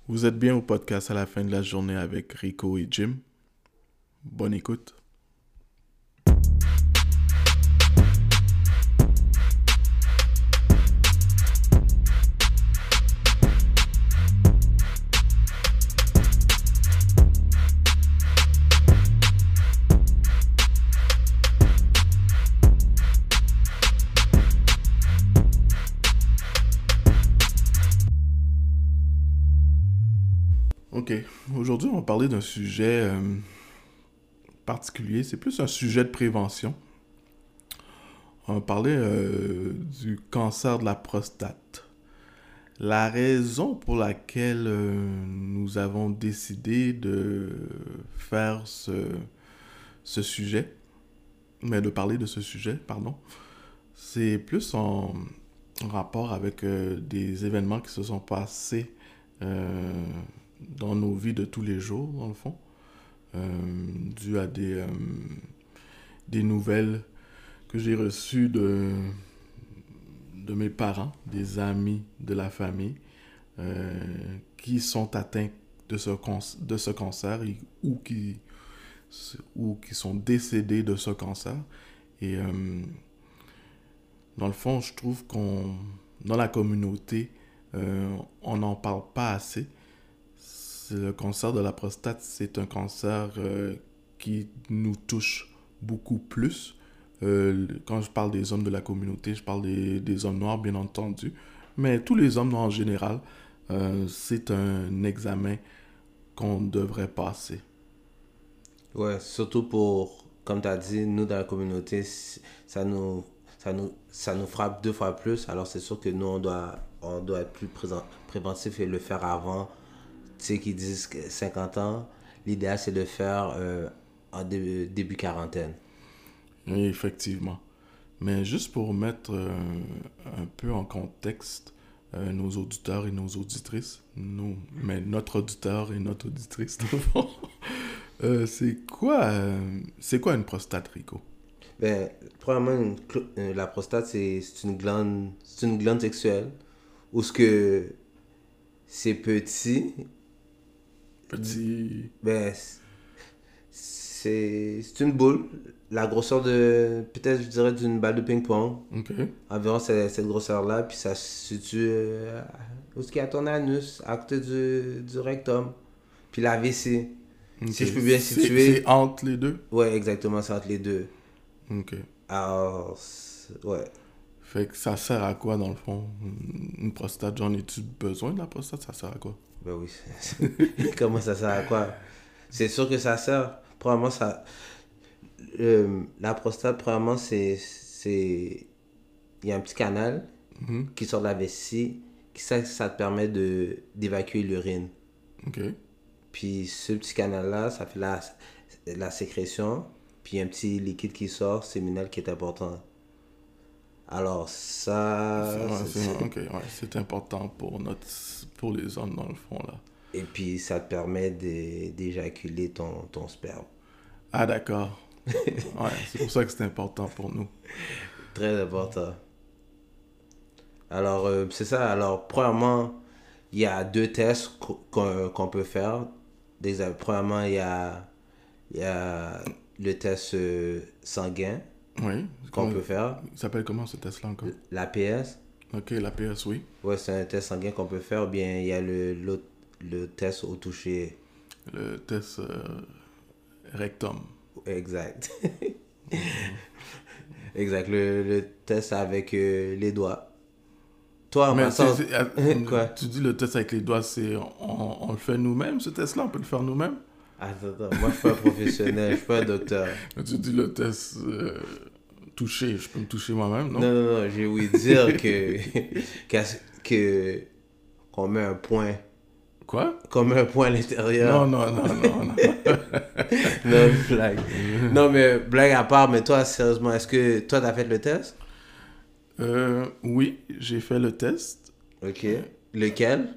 Vous êtes bien au podcast à la fin de la journée avec Rico et Jim. Bonne écoute. Ok, aujourd'hui on va parler d'un sujet particulier. C'est plus un sujet de prévention. On va parler du cancer de la prostate. La raison pour laquelle nous avons décidé de faire ce sujet, mais de parler de ce sujet, pardon, c'est plus en rapport avec des événements qui se sont passés dans nos vies de tous les jours, dans le fond, dû à des nouvelles que j'ai reçues de mes parents, des amis de la famille, qui sont atteints de ce cancer ou qui sont décédés de ce cancer. Et dans le fond, je trouve dans la communauté, on n'en parle pas assez. Le cancer de la prostate, c'est un cancer qui nous touche beaucoup plus. Quand je parle des hommes de la communauté, je parle des hommes noirs, bien entendu. Mais tous les hommes en général, c'est un examen qu'on devrait passer. Ouais, surtout pour, comme tu as dit, nous dans la communauté, ça nous frappe 2 fois plus. Alors c'est sûr que nous, on doit être plus préventif et le faire avant. Tu sais, qui disent que 50 ans, l'idéal c'est de le faire en début quarantaine. Oui, effectivement. Mais juste pour mettre un peu en contexte nos auditeurs et nos auditrices, mais notre auditeur et notre auditrice, dans le fond, c'est quoi une prostate, Rico? Ben, premièrement, la prostate, c'est une glande sexuelle où ce que c'est petit, Petit... ben, c'est une boule, la grosseur de, peut-être je dirais d'une balle de ping-pong, Ok. environ cette grosseur-là, puis ça se situe où est-ce qu'il y a ton anus, à côté du rectum, puis la vessie. Ok. Si je peux bien C'est situer, entre les deux? ouais, exactement, c'est entre les deux. Ok. Alors, ouais. Fait que ça sert à quoi, dans le fond? Une prostate, j'en ai-tu besoin de la prostate? Ça sert à quoi? Ben oui. Comment ça sert à quoi? C'est sûr que ça sert. Probablement, ça. La prostate, probablement, il y a un petit canal Mhm. qui sort de la vessie, ça te permet d'évacuer l'urine. Ok. Puis ce petit canal-là, ça fait la sécrétion. Puis il y a un petit liquide qui sort, séminal, qui est important. Alors, Ouais, ok, ouais, c'est important pour les hommes, dans le fond, là. Et puis ça te permet d'éjaculer ton sperme. Ah, d'accord. Ouais, c'est pour ça que c'est important pour nous. Très important. Alors, c'est ça. Alors, premièrement, il y a 2 tests qu'on peut faire. Premièrement, il y a le test sanguin Oui. qu'on peut faire. Il s'appelle comment ce test-là encore? L'APS. Ok, la PS, oui. Ouais, c'est un test sanguin qu'on peut faire. Ou bien, il y a le test au toucher. Le test rectum. Exact. Exact. Le test avec les doigts. Toi, en Mais passant. Quoi? tu dis le test avec les doigts, on le fait nous-mêmes, ce test-là, on peut le faire nous-mêmes? Attends, moi je suis pas un professionnel, je suis pas un docteur. Mais tu dis le test toucher, je peux me toucher moi-même, non? Non, non, non, j'ai ouï dire que qu'on met un point. Quoi? Qu'on met un point à l'intérieur. Non, non, non, non, non. Non, blague. Non, mais blague à part, mais toi, sérieusement, est-ce que toi t'as fait le test? Oui, j'ai fait le test. Ok. Lequel?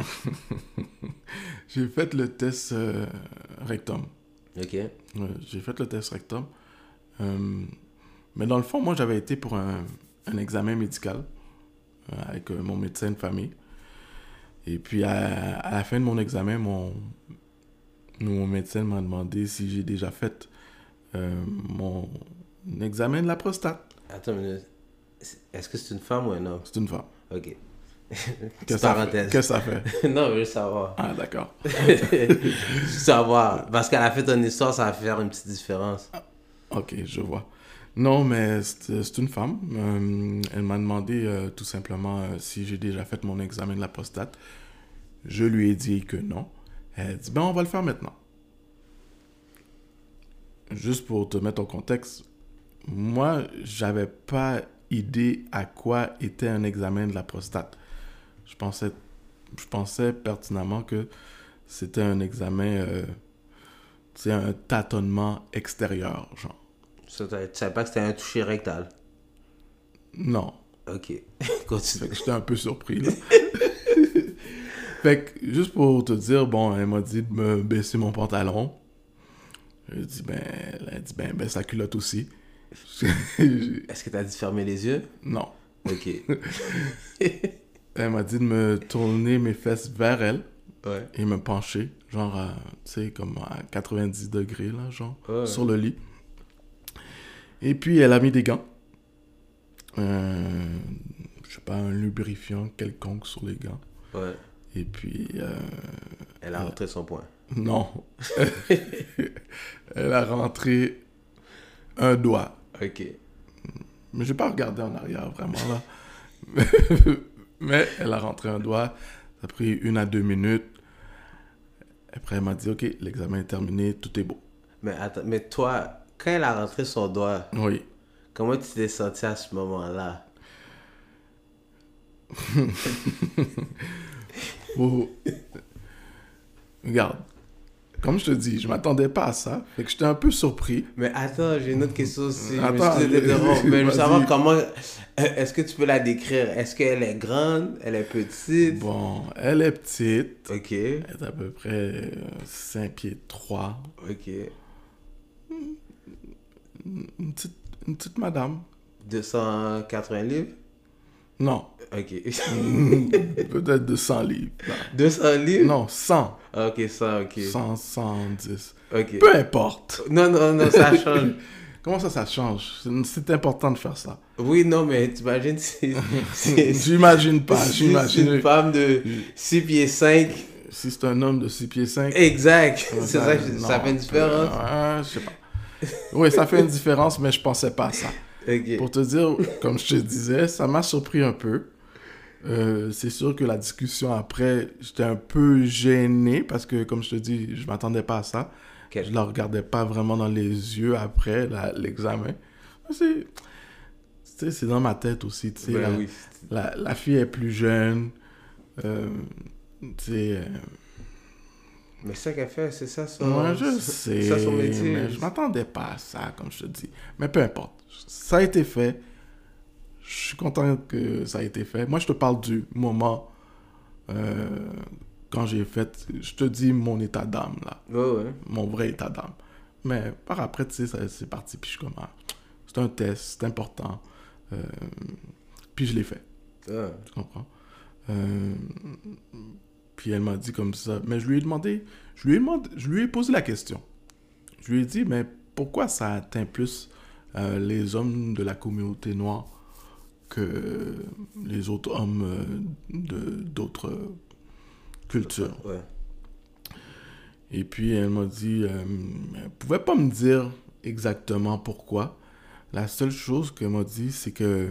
J'ai fait le test rectum. Ok. J'ai fait le test rectum. Mais dans le fond, moi, j'avais été pour un examen médical avec mon médecin de famille. Et puis, à la fin de mon examen, mon médecin m'a demandé si j'ai déjà fait mon examen de la prostate. Attends une minute. Est-ce que c'est une femme ou un homme? C'est une femme. Ok. Qu'est-ce Petite que ça fait? parenthèse. Qu'est-ce que ça fait? Non, je veux savoir. Ah, d'accord. Juste savoir. Parce qu'à la fin de ton histoire, ça va faire une petite différence. Ok, je vois. Non, mais c'est une femme. Elle m'a demandé tout simplement si j'ai déjà fait mon examen de la prostate. Je lui ai dit que non. Elle a dit, ben on va le faire maintenant. Juste pour te mettre en contexte, moi, j'avais pas idée à quoi était un examen de la prostate. Je pensais pertinemment que c'était un examen, c'est un tâtonnement extérieur, genre. Ça, tu savais pas que c'était un toucher rectal. Non. Ok. Fait Continue. que j'étais un peu surpris, là. Fait que, juste pour te dire, bon, elle m'a dit de me baisser mon pantalon. Elle a dit, ben, baisse sa culotte aussi. Est-ce que t'as dit de fermer les yeux? Non. Ok. Elle m'a dit de me tourner mes fesses vers elle Ouais. et me pencher, genre, tu sais, comme à 90 degrés, là, genre, Ouais. sur le lit. Et puis, elle a mis des gants. Je sais pas, un lubrifiant quelconque sur les gants. Ouais. Et puis, Elle a rentré son point. non. Elle a rentré un doigt. Ok. Mais j'ai pas regardé en arrière, vraiment, là. Mais elle a rentré un doigt. Ça a pris 1 à 2 minutes. Après, elle m'a dit, OK, l'examen est terminé, tout est beau. Mais attends, mais toi, quand elle a rentré son doigt, Oui. comment tu t'es senti à ce moment-là? Oh. Regarde, comme je te dis, je m'attendais pas à ça. Fait que j'étais un peu surpris. Mais attends, j'ai une autre question aussi. Attends, je m'excuse mais je veux vas-y. savoir comment. Est-ce que tu peux la décrire? Est-ce qu'elle est grande? Elle est petite? Bon, elle est petite. Ok. Elle est à peu près 5 pieds 3. Ok. Une petite madame. 280 livres? Non, Ok. peut-être de 100 livres. 200 livres? Non, 100. Ah, ok, ça, ok. 100, 110. Ok. Peu importe. Non, non, non, ça change. Comment ça change? C'est important de faire ça. Oui, non, mais t'imagines si J'imagine pas, si c'est j'imagine. une femme de 6 pieds 5. Si c'est un homme de 6 pieds 5. Exact. C'est ça, non, ça fait une différence. Je sais pas. Oui, ça fait une différence, mais je pensais pas à ça. Ok. Pour te dire, comme je te disais, ça m'a surpris un peu. C'est sûr que la discussion après, j'étais un peu gêné parce que, comme je te dis, je m'attendais pas à ça. Ok. Je la regardais pas vraiment dans les yeux après l'examen. C'est dans ma tête aussi, tu sais. Ben oui. La fille est plus jeune. Tu sais. Mais c'est ça qu'elle fait, c'est ça son... Moi, je c'est sais. ça son métier. Mais je m'attendais pas à ça, comme je te dis. Mais peu importe. Ça a été fait. Je suis content que ça a été fait. Moi, je te parle du moment quand j'ai fait. Je te dis mon état d'âme, là. Ouais, ouais. Mon vrai état d'âme. Mais par après, tu sais, c'est parti. Puis je suis comme, c'est un test, c'est important. Puis je l'ai fait. Ah. Tu comprends? Puis elle m'a dit comme ça. Mais je lui ai posé la question. Je lui ai dit, mais pourquoi ça atteint plus les hommes de la communauté noire que les autres hommes d'autres cultures? Ouais. Et puis elle m'a dit, elle pouvait pas me dire exactement pourquoi. La seule chose qu'elle m'a dit, c'est que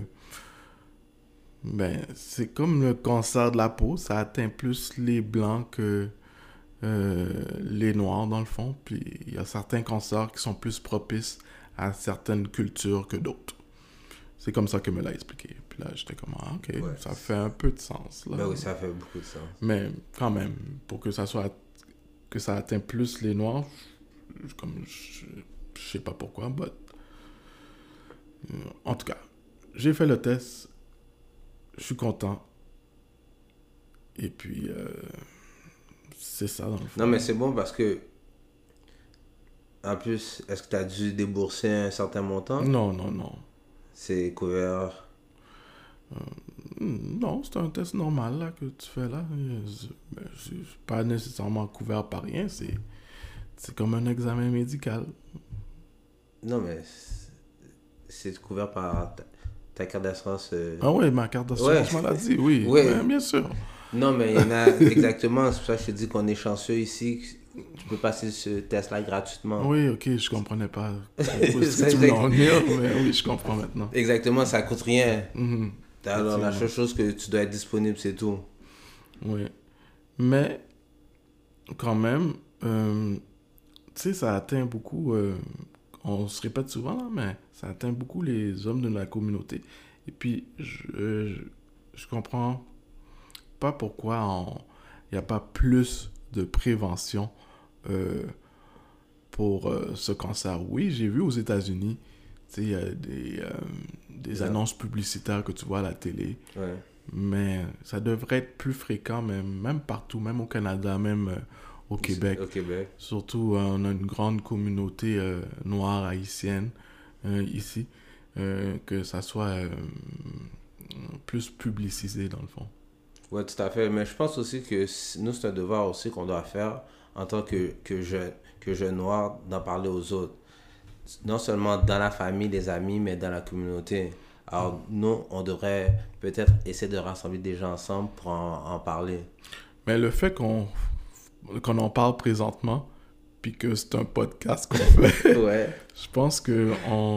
c'est comme le cancer de la peau, ça atteint plus les blancs que les noirs dans le fond. Puis il y a certains cancers qui sont plus propices à certaines cultures que d'autres. C'est comme ça que me l'a expliqué. Puis là, j'étais comme, ok, Ouais. ça fait un peu de sens. Là. Ben oui, ça fait beaucoup de sens. Mais quand même, pour que ça atteint plus les noirs, je sais pas pourquoi, but en tout cas, j'ai fait le test, je suis content, et puis c'est ça dans le fond. Non, mais c'est bon parce que... En plus, est-ce que tu as dû débourser un certain montant? Non. C'est couvert... Non, c'est un test normal là, que tu fais là. C'est pas nécessairement couvert par rien, c'est comme un examen médical. Non, mais c'est couvert par ta carte d'assurance. Ah oui, ma carte Ouais, d'assurance maladie, oui, ouais. bien sûr. Non, mais il y en a exactement. C'est pour ça que je te dis qu'on est chanceux ici. Tu peux passer ce test-là gratuitement. Oui, ok, je comprenais pas où est-ce que C'est tu voulais en exact- venir, mais oui, je comprends maintenant. Exactement, ça coûte rien. Mhm, Alors, la effectivement. seule chose que tu dois être disponible, c'est tout. Oui. Mais, quand même, tu sais, ça atteint beaucoup, on se répète souvent là, mais ça atteint beaucoup les hommes de la communauté. Et puis, je comprends pas pourquoi il n'y a pas plus de prévention euh, pour ce cancer. Oui, j'ai vu aux États-Unis, tu sais, il y a des Ça. annonces publicitaires que tu vois à la télé, Ouais. mais ça devrait être plus fréquent, même partout, même au Canada, même au Québec. Au Québec. Surtout, on a une grande communauté noire haïtienne ici, que ça soit plus publicisé dans le fond. Ouais, tout à fait. Mais je pense aussi que nous, c'est un devoir aussi qu'on doit faire en tant que jeune noir d'en parler aux autres. Non seulement dans la famille, les amis, mais dans la communauté. Alors, nous, on devrait peut-être essayer de rassembler des gens ensemble pour en parler. Mais le fait qu'on en parle présentement, puis que c'est un podcast qu'on fait, Ouais. je pense que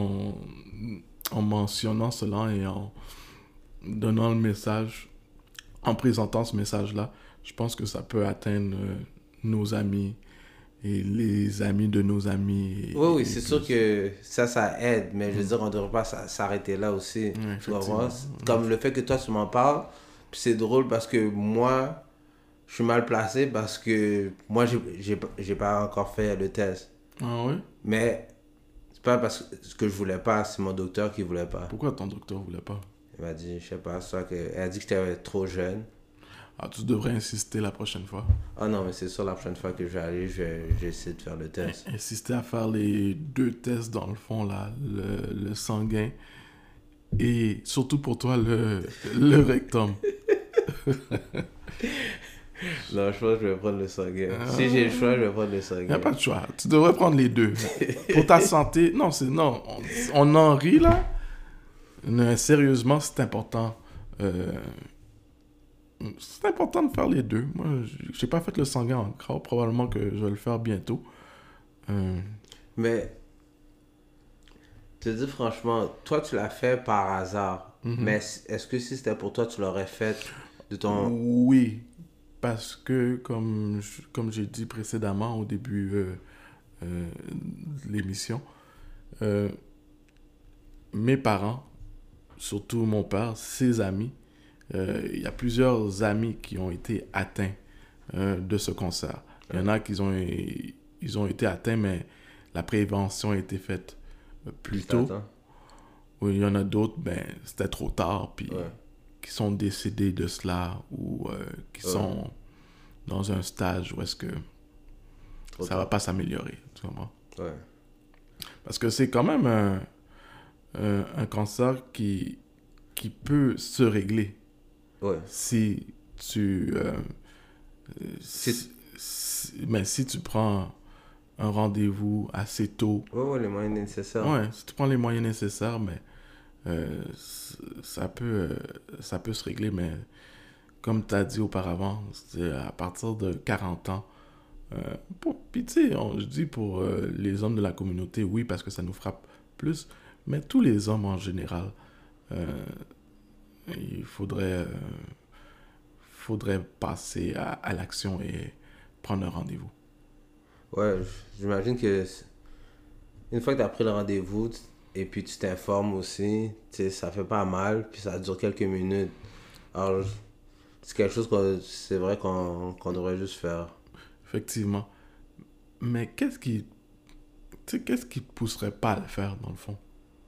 en mentionnant cela et en donnant le message, en présentant ce message-là, je pense que ça peut atteindre nos amis et les amis de nos amis. Oui, oui, et c'est plus. sûr que ça aide, mais je veux dire, on ne devrait pas s'arrêter là aussi. Tu comprends? Comme le fait que toi, tu m'en parles, puis c'est drôle parce que moi, je suis mal placé parce que moi, j'ai pas encore fait le test. Ah ouais? Mais c'est pas parce que je voulais pas, c'est mon docteur qui voulait pas. Pourquoi ton docteur voulait pas? Il m'a dit, je sais pas, elle a dit que j'étais trop jeune. Ah, tu devrais insister la prochaine fois. Ah non, mais c'est sûr, la prochaine fois que je vais aller, j'ai essayé de faire le test. Insister à faire les deux tests dans le fond, là, le sanguin et surtout pour toi, le rectum. Non, je pense que je vais prendre le sanguin. Si j'ai le choix, je vais prendre le Il n'y a sanguin. pas de choix. Tu devrais prendre les deux. Pour ta santé, non, on en rit là. Mais sérieusement, c'est important. C'est important de faire les deux. Moi, j'ai pas fait le sanguin encore. Probablement que je vais le faire bientôt. Mais, te dis franchement, toi, tu l'as fait par hasard. Mais est-ce que si c'était pour toi, tu l'aurais fait de ton... Oui, parce que comme j'ai dit précédemment au début de l'émission, euh, mes parents, surtout mon père, ses amis, il y a plusieurs amis qui ont été atteints de ce cancer. Il y en a ils ont été atteints, mais la prévention a été faite plus tôt. Attends. Oui, il y en a d'autres, ben, c'était trop tard, puis Ouais. qui sont décédés de cela ou qui sont dans un stage où est-ce que Trop ça va tard. pas s'améliorer, tu comprends? Ouais. Parce que c'est quand même un cancer qui peut se régler Ouais. si tu C'est- mais si tu prends un rendez-vous assez tôt, Ouais, les moyens nécessaires. ouais, si tu prends les moyens nécessaires, mais ça peut se régler, mais comme tu as dit auparavant, c'est à partir de 40 ans. Puis tu sais, je dis pour les hommes de la communauté, oui, parce que ça nous frappe plus, mais tous les hommes en général, il faudrait passer à l'action et prendre un rendez-vous. Ouais, j'imagine que une fois que tu as pris le rendez-vous et puis tu t'informes aussi, tu sais, ça fait pas mal, puis ça dure quelques minutes. Alors, c'est quelque chose que c'est vrai qu'on devrait juste faire. Effectivement. Mais qu'est-ce qui te pousserait pas à le faire, dans le fond?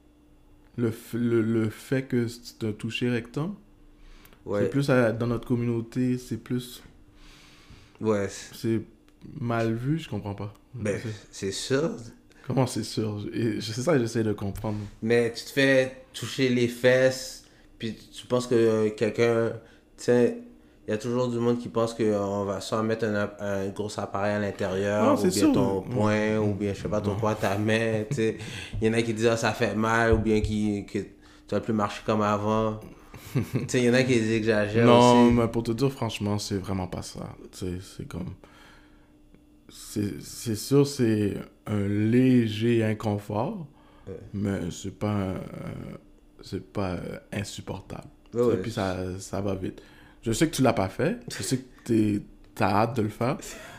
Le fait que tu as touché rectum? C'est Ouais, plus dans notre communauté, ouais, c'est mal vu, je comprends pas. ben, c'est sûr. Comment c'est sûr? C'est ça que j'essaie de comprendre. Mais tu te fais toucher les fesses, Puis tu penses que quelqu'un, tu sais, il y a toujours du monde qui pense qu'on va soit mettre un gros appareil à Non, l'intérieur, ou c'est bien sûr. ton poing, ou bien, je sais pas, ton Non. poing, ta main, tu sais. Il y en a qui disent, ah, ça fait mal, ou bien que tu vas plus marcher comme avant. Tu sais, il y en a qui exagèrent Non, aussi. mais pour te dire franchement, c'est vraiment pas ça. C'est comme... C'est sûr, c'est un léger inconfort, mais c'est pas insupportable. Ouais, Tu sais, ouais. puis ça va vite. Je sais que tu l'as pas fait. Je sais que t'as hâte de le faire.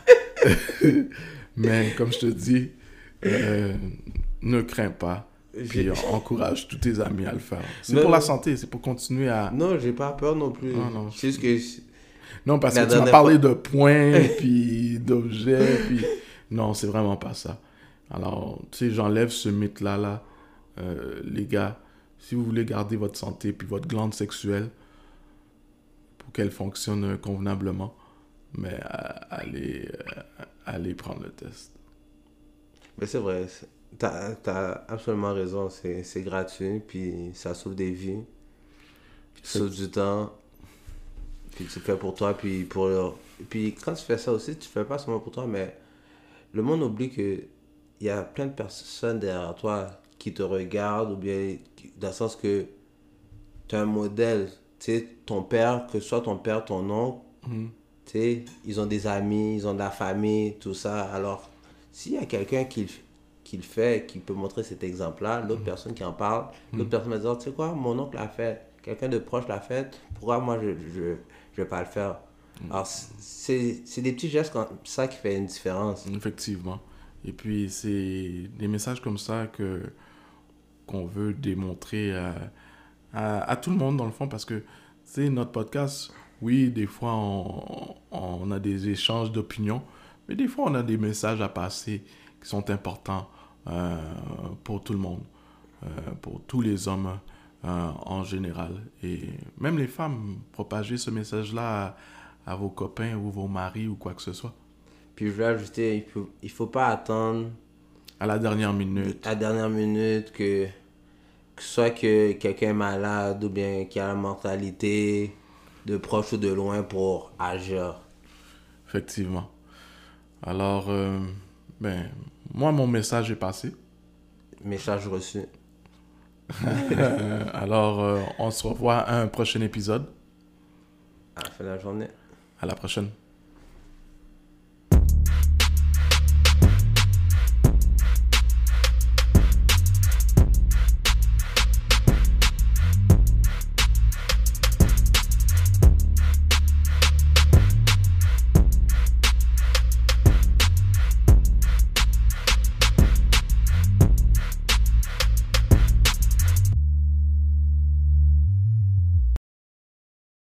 Mais comme je te dis, euh, ne crains pas. Puis J'ai- encourage tous tes amis à le faire. C'est Non, pour la non. santé, c'est pour continuer à... Non, j'ai pas peur non plus. Non, non. C'est juste que Non, parce que la tu m'as dernière parlé fois. de points, puis d'objets, puis... Non, c'est vraiment pas ça. Alors, tu sais, j'enlève ce mythe-là, là. Les gars, si vous voulez garder votre santé, puis votre glande sexuelle, pour qu'elle fonctionne convenablement, mais allez prendre le test. Mais c'est vrai, t'as absolument raison, c'est gratuit, puis ça sauve des vies, puis tu Fait- sauves du temps, puis tu le fais pour toi, puis puis quand tu fais ça aussi, tu fais pas seulement pour toi, mais le monde oublie que il y a plein de personnes derrière toi qui te regardent, ou bien dans le sens que tu as un modèle, tu sais, ton père, que ce soit ton père, ton oncle, Mhm. tu sais, ils ont des amis, ils ont de la famille, tout ça. Alors, s'il y a quelqu'un qui le fait, qui peut montrer cet exemple-là, l'autre personne qui en parle, l'autre personne va dire, tu sais quoi, mon oncle l'a fait, quelqu'un de proche l'a fait, pourquoi moi je vais pas le faire? Alors, c'est des petits gestes comme ça qui fait une différence. Effectivement. Et puis, c'est des messages comme ça qu'on veut démontrer à tout le monde, dans le fond, parce que, c'est notre podcast, oui, des fois, on a des échanges d'opinions, mais des fois, on a des messages à passer qui sont importants euh, pour tout le monde, pour tous les hommes en général. Et même les femmes, propager ce message-là à vos copains ou vos maris ou quoi que ce soit. Puis je vais ajouter, il faut pas attendre À la dernière minute. à la dernière minute que soit que quelqu'un est malade ou bien qu'il a la mentalité de proche ou de loin pour agir. Effectivement. Alors, ben, moi, mon message est passé. Message reçu. Alors, on se revoit à un prochain épisode. À la fin de la journée. À la prochaine.